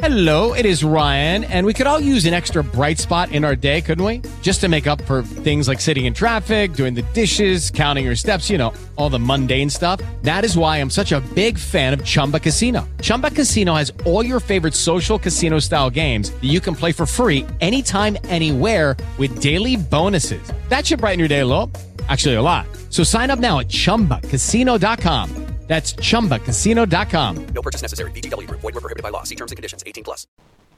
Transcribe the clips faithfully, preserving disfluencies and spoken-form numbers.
Hello, it is Ryan, and we could all use an extra bright spot in our day, couldn't we? Just to make up for things like sitting in traffic, doing the dishes, counting your steps, you know, all the mundane stuff. That is why I'm such a big fan of Chumba Casino. Chumba Casino has all your favorite social casino-style games that you can play for free anytime, anywhere with daily bonuses. That should brighten your day a little. Actually, a lot. So sign up now at chumba casino dot com. That's chumba casino dot com. No purchase necessary. V G W Group. Void where prohibited by law. See terms and conditions. eighteen plus.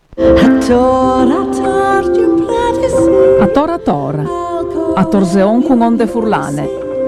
A tora a tora, a torseon con onde furlane.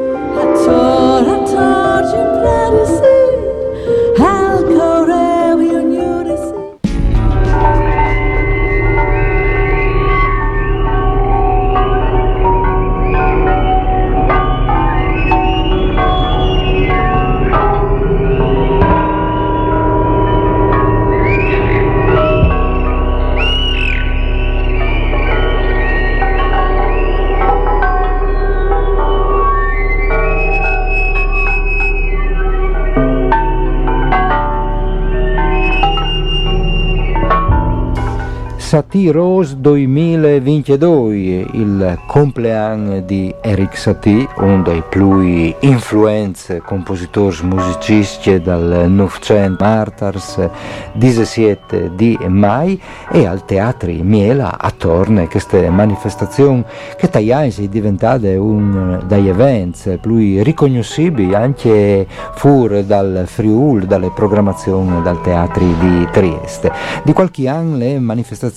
Satie Rose duemilaventidue, il compleanno di Erik Satie, uno dei più influenti compositori musicisti del Novecento, Martars, diciassette di mai, e al Teatro Miela a Torne, questa manifestazione che tagliai è diventata uno degli eventi più riconoscibili anche fuori dal Friuli, dalle programmazioni dal Teatro di Trieste. Di qualche anno le manifestazioni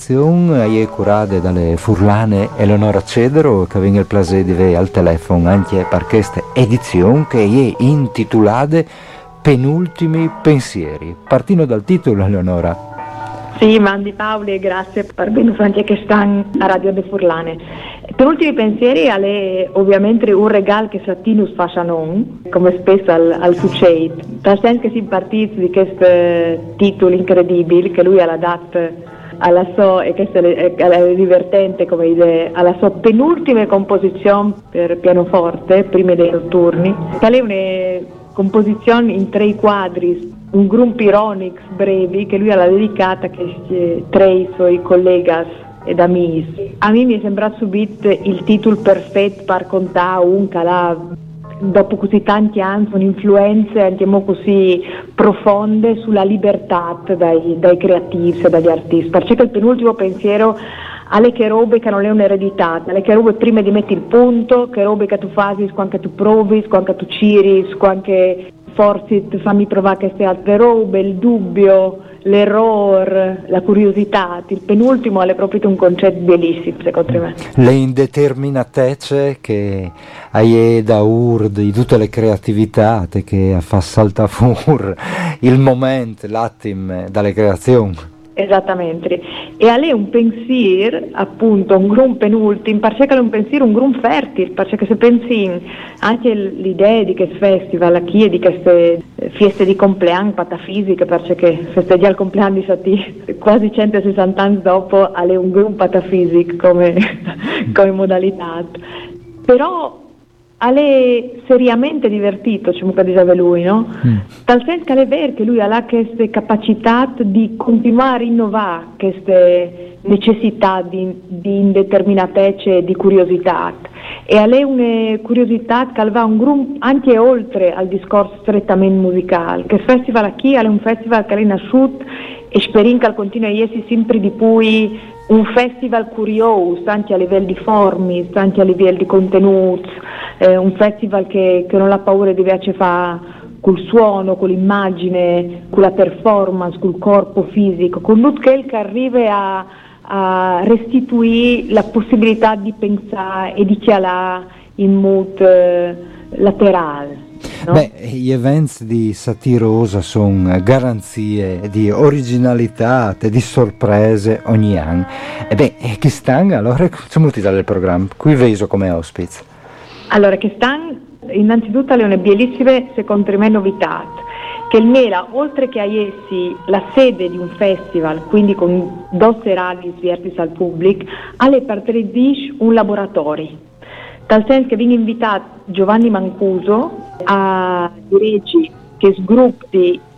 è curate dalle furlane Eleonora Cedero, che viene il piacere di vedere al telefono anche per questa edizione che è intitolata Penultimi pensieri. Partendo dal titolo, Eleonora. Sì, Mandi Paoli, grazie per benvenuto anche che stanno a Radio de Furlane. Penultimi pensieri è ovviamente un regalo che Satinus fa a non, come spesso al, al succede, nel senso che si partì di questo titolo incredibile che lui ha dato alla sua, e questo è, è divertente come idea, alla sua penultima composizione per pianoforte, prima dei notturni. Tale è una composizione in tre quadri, un gruppo ironico brevi che lui ha dedicato a questi tre suoi colleghi ed amici. A me mi è sembrato subito il titolo perfetto per contare un calà dopo così tanti anni, con influenze anche così profonde sulla libertà dai, dai creativi e dagli artisti. Perché il penultimo pensiero alle che robe che non è un'eredità, alle che robe prima di mettere il punto, che robe che tu fai, quando tu provi, quando tu ciri, quando forse ti fammi provare queste altre robe, il dubbio, l'errore, la curiosità. Il penultimo è proprio un concetto bellissimo, secondo me. Le indeterminatezze che hai da ur di tutte le creatività che fa saltare fuori il momento, l'attimo dalle creazioni. Esattamente, e a lei un pensiero, appunto, un grum penultimo, perché è un pensiero un grum fertile, perché se pensi anche l'idea di questo festival, chi è di queste feste di compleanno patafisiche, perché festeggiare il compleanno di Satie quasi centosessanta anni dopo, ha un grum patafisico come, come modalità, però è seriamente divertito, cioè, come diceva lui, no? Mm. Tal senso che è vero che lui ha queste capacità di continuare a rinnovare queste necessità di, di indeterminatezza e di curiosità, e ha una curiosità che va un gruppo anche oltre al discorso strettamente musicale, che il festival qui è un festival che è nasciuto e speriamo che continua a essere sempre di più un festival curioso, anche a livello di forme, anche a livello di contenuti, eh, un festival che, che non ha paura di invece fare col suono, con l'immagine, con la performance, col corpo fisico, con tutto quel che arriva a, a restituire la possibilità di pensare e di chialare in mood eh, laterale. No? Beh, gli eventi di Satie Rosa sono garanzie di originalità e di sorprese ogni anno. E beh, che stanno allora, siamo tutti dal programma, qui vedo come ospite. Allora, che stanno innanzitutto le una bellissime, secondo me, novità, che il Mela, oltre che a essi la sede di un festival, quindi con due serali sverti al pubblico, alle parterizzi un laboratorio. Tal senso che viene invitato Giovanni Mancuso a dirigere che sgruppi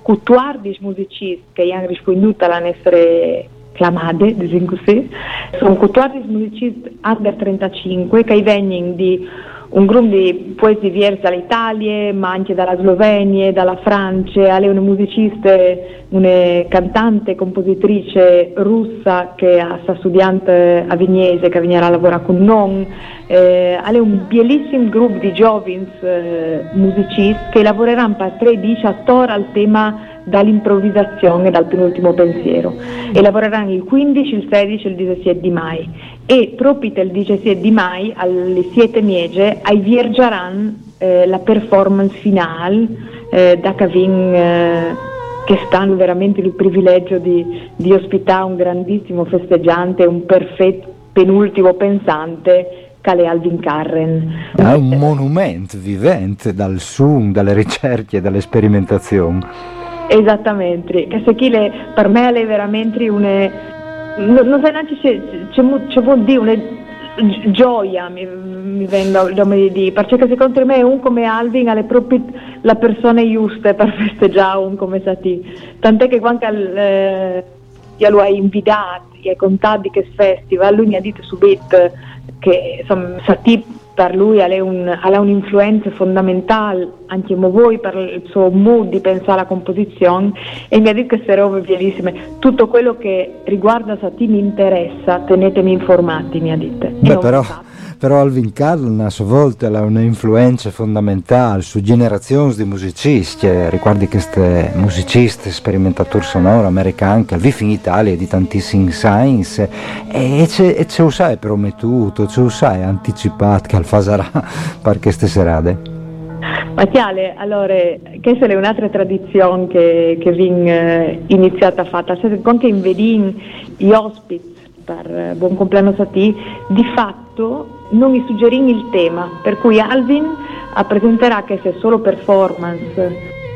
quattordici musicisti che hanno risponduto all'essere clamate, diciamo così. Sono quattordici musicisti under trentacinque che vengono di un gruppo di poeti diversi dall'Italia, ma anche dalla Slovenia, dalla Francia. Lei è una musicista, una cantante, compositrice russa che sta studiando a Vignese, che venirà a lavorare con noi. Eh, è un bellissimo gruppo di giovani eh, musicisti che lavoreranno per tredici attori al tema dall'improvvisazione, dal penultimo pensiero, e lavoreranno il quindici, il sedici e il diciassette di maio, e proprio il diciassette di maio alle sette mese avviergeranno eh, la performance finale eh, da Cavin eh, che stanno veramente il privilegio di, di ospitare un grandissimo festeggiante, un perfetto penultimo pensante quale Alvin Carren. È un monumento vivente dal suono, dalle ricerche e dalle sperimentazioni. Esattamente, che se chi le, per me è veramente una, non, non sai neanche se c'è vuol dire una gioia, mi, mi vengo da me di, perché secondo me un come Alvin è proprio la persona giusta per festeggiare un come Satie, tant'è che quando eh, io lo hai invitato e hai contato di che festival, lui mi ha detto subito che insomma Satie per lui ha un, ha un'influenza fondamentale anche voi per il suo mood di pensare alla composizione, e mi ha detto queste robe bellissime, tutto quello che riguarda Satie mi interessa, tenetemi informati, mi ha detto. Beh, però, però Alvin Carlen a sua volta ha un'influenza fondamentale su generazioni di musicisti, riguardi queste musicisti sperimentatori sonoro americani che vivono in Italia di tantissimi science, e c'è lo sai promettuto, ce lo sai anticipato che al farà per queste serate. Mattiale, allora, questa è un'altra tradizione che, che viene iniziata a fare, anche in Vedin gli ospiti per Buon compleanno Satie, di fatto non mi suggerì il tema, per cui Alvin presenterà che se solo performance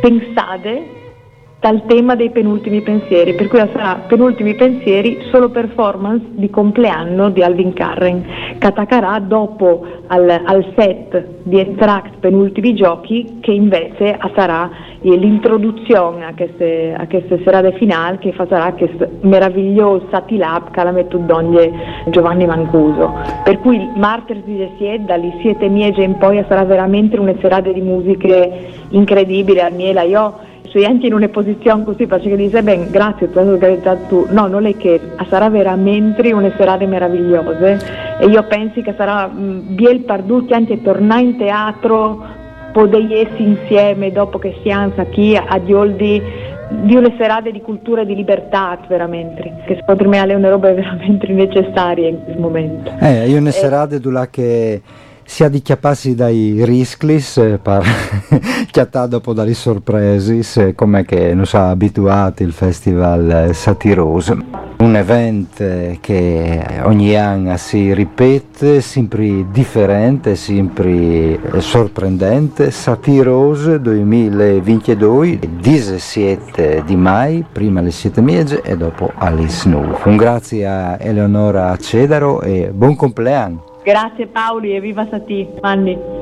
pensate dal tema dei penultimi pensieri, per cui sarà penultimi pensieri solo performance di compleanno di Alvin Carren, che attaccherà dopo al, al set di Entracts penultimi giochi, che invece sarà l'introduzione a queste, a queste serate finali, che farà questo meraviglioso Satie Lab che la metto d'ogni Giovanni Mancuso, per cui il martedì diciassette dalle siete mese in poi sarà veramente una serata di musiche incredibile. Armiela, io sono anche in una posizione così, perché dice ben grazie per aver organizzato tu, no, non è che sarà veramente una serata meravigliosa, e io penso che sarà mh, biel per tutti anche tornare in teatro, poter essere insieme dopo che siamo qui a Dioldi di una serata di cultura e di libertà veramente, che secondo me è una roba veramente necessaria in questo momento. Eh, io una serata dove che si ha di chiappassi dai risclis eh, per chiattare dopo dalle sorprese, come che non sa abituati il festival Satie Rose, un evento che ogni anno si ripete, sempre differente, sempre sorprendente. Satie Rose duemilaventidue, diciassette di maio, prima alle sette mese e dopo alle nove. Un grazie a Eleonora Cedaro e buon compleanno. Grazie Paoli e viva Satie, Manni.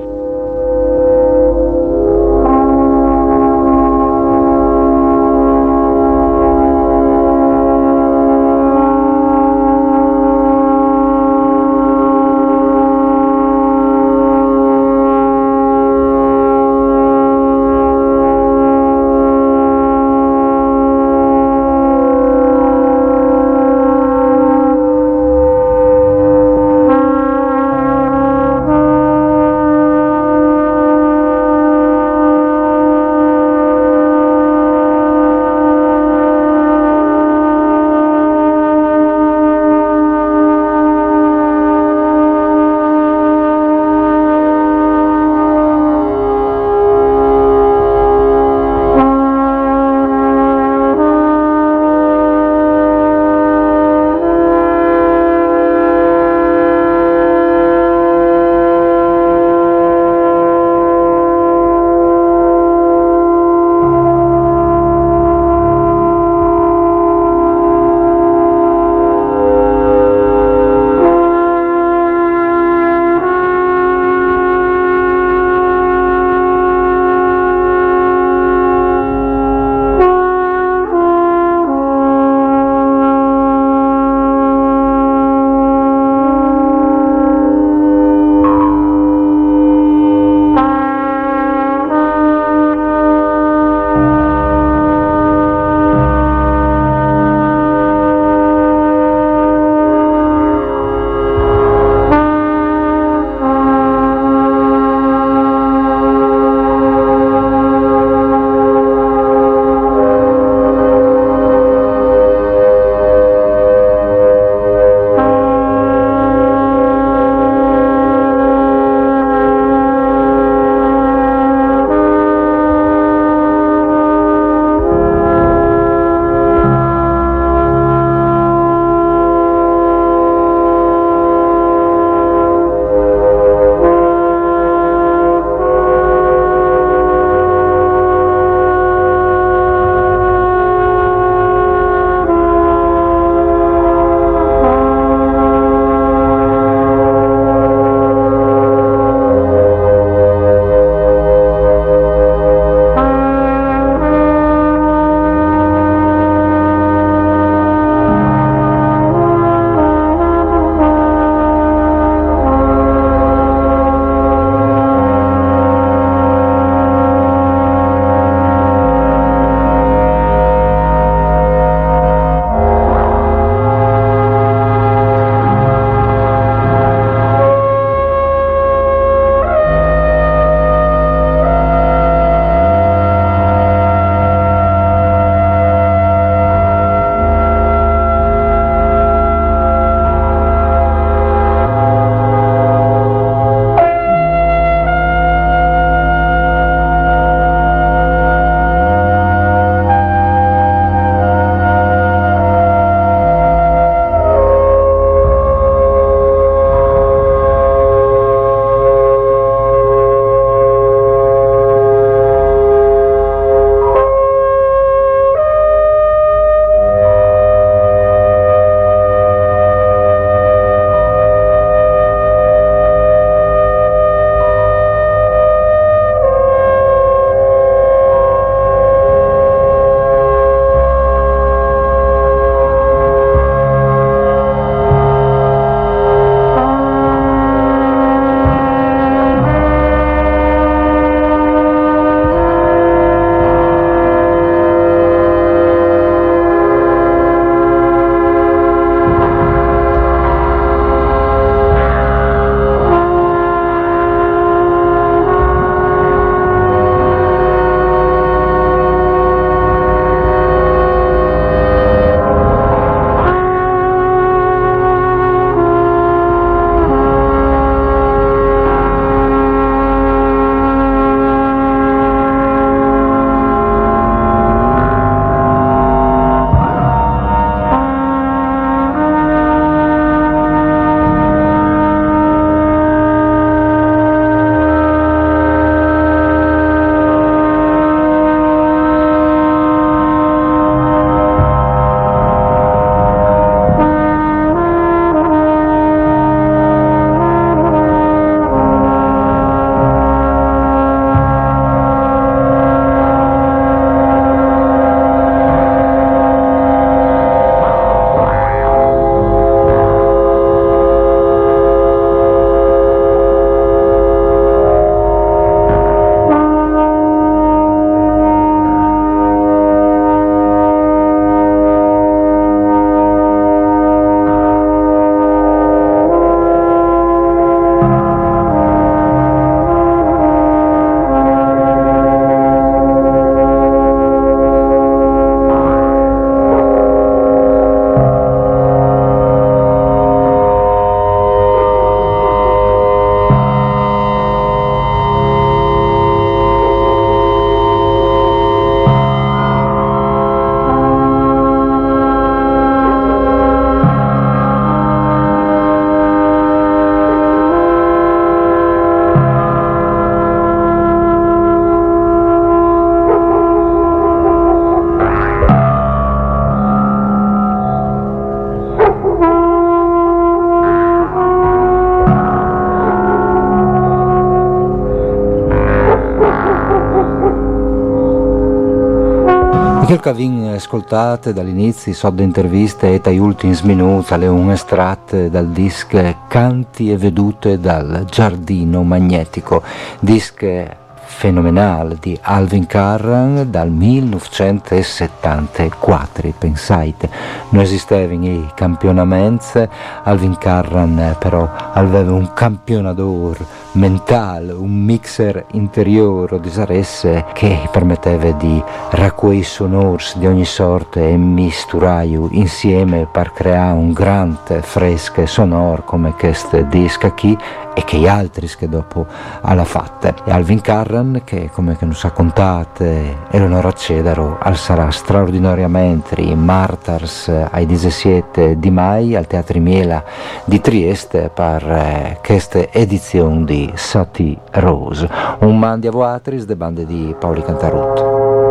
Quel che avete ascoltato dall'inizio, so di interviste e dagli ultimi minuti, le un estratte dal disco Canti e vedute dal Giardino Magnetico, disco fenomenale di Alvin Carran dal millenovecentosettantaquattro. Pensate, non esistevano i campionamenti, Alvin Carran però aveva un campionador mentale, un mixer interiore di saresse che permetteva di raccogliere sonori di ogni sorta e misturare insieme per creare un grande fresco sonoro come questo disco qui e che gli altri che dopo alla fatte. E Alvin Carran, che come che non sa contate, Eleonora Cedaro, al sarà straordinariamente in Martars ai diciassette di mai al Teatro Miela di Trieste per eh, questa edizione di Satie Rose, un man di avoatris de bande di Paoli Cantarut.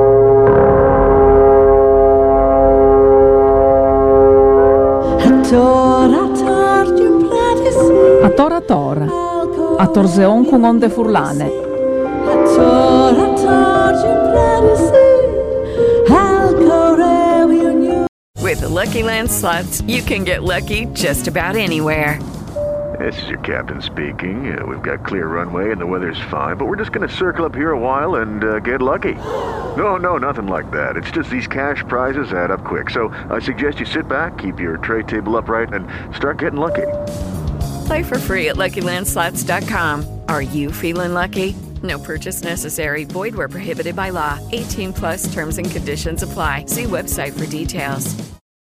A tora tora, a torzeon con onde furlane. With the Lucky Land Slots, you can get lucky just about anywhere. This is your captain speaking. Uh, we've got clear runway and the weather's fine, but we're just going to circle up here a while and uh, get lucky. No, no, nothing like that. It's just these cash prizes add up quick. So I suggest you sit back, keep your tray table upright, and start getting lucky. Play for free at Lucky Land Slots dot com. Are you feeling lucky? No purchase necessary. Void where prohibited by law. eighteen plus terms and conditions apply. See website for details.